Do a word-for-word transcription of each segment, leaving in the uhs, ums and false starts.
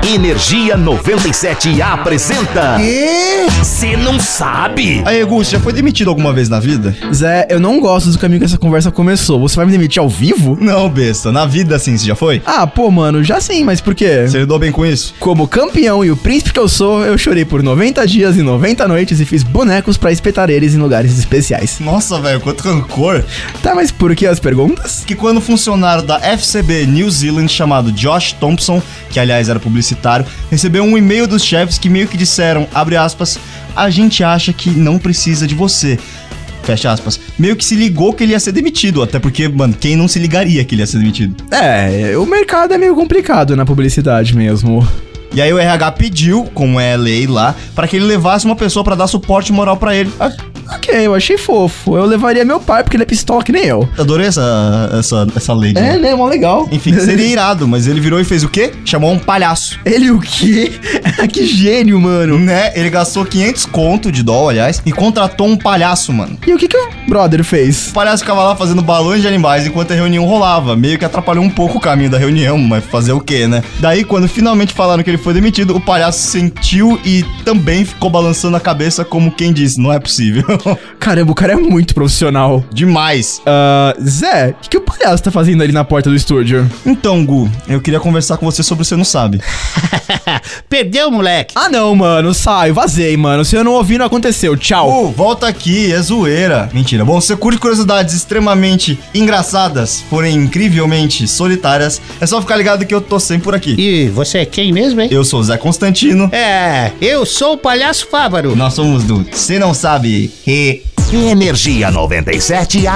Energia noventa e sete apresenta... Quê? Você não sabe? Aí, Gu, você já foi demitido alguma vez na vida? Zé, eu não gosto do caminho que essa conversa começou. Você vai me demitir ao vivo? Não, besta. Na vida, assim, você já foi? Ah, pô, mano, já sim, mas por quê? Você lidou bem com isso? Como campeão e o príncipe que eu sou, eu chorei por noventa dias e noventa noites e fiz bonecos pra espetar eles em lugares especiais. Nossa, velho, quanto rancor. Tá, mas por que as perguntas? Que quando um funcionário da F C B New Zealand chamado Josh Thompson, que aliás era publicitário, recebeu um e-mail dos chefes que meio que disseram, abre aspas, a gente acha que não precisa de você. Fecha aspas. Meio que se ligou que ele ia ser demitido. Até porque, mano, quem não se ligaria que ele ia ser demitido? É, o mercado é meio complicado na publicidade mesmo. E aí o R H pediu, como é a lei lá, pra que ele levasse uma pessoa pra dar suporte moral pra ele. Ah, ok, eu achei fofo. Eu levaria meu pai, porque ele é pistola que nem eu. Adorei essa, essa, essa lei. É, né? né? Mó legal. Enfim, seria irado, mas ele virou e fez o quê? Chamou um palhaço. Ele o quê? Que gênio, mano. Né? Ele gastou quinhentos conto de dólar, aliás, e contratou um palhaço, mano. E o que que o brother fez? O palhaço ficava lá fazendo balões de animais enquanto a reunião rolava. Meio que atrapalhou um pouco o caminho da reunião, mas fazer o quê, né? Daí, quando finalmente falaram que ele foi demitido, o palhaço sentiu e também ficou balançando a cabeça como quem disse, não é possível. Caramba, o cara é muito profissional. Demais. Ah, Zé, o que, que o palhaço tá fazendo ali na porta do estúdio? Então, Gu, eu queria conversar com você sobre o Você Não Sabe. Perdeu, moleque. Ah não, mano, sai, vazei, mano. Se eu não ouvi, não aconteceu, tchau. Gu, volta aqui, é zoeira. Mentira. Bom, se você curte curiosidades extremamente engraçadas, porém incrivelmente solitárias, é só ficar ligado que eu tô sempre por aqui. E você é quem mesmo, hein? Eu sou o Zé Constantino. É, eu sou o Palhaço Fávaro. Nós somos do Você Não Sabe. E... Energia noventa e sete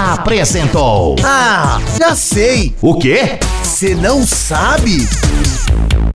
apresentou... Ah, já sei. O quê? Você não sabe?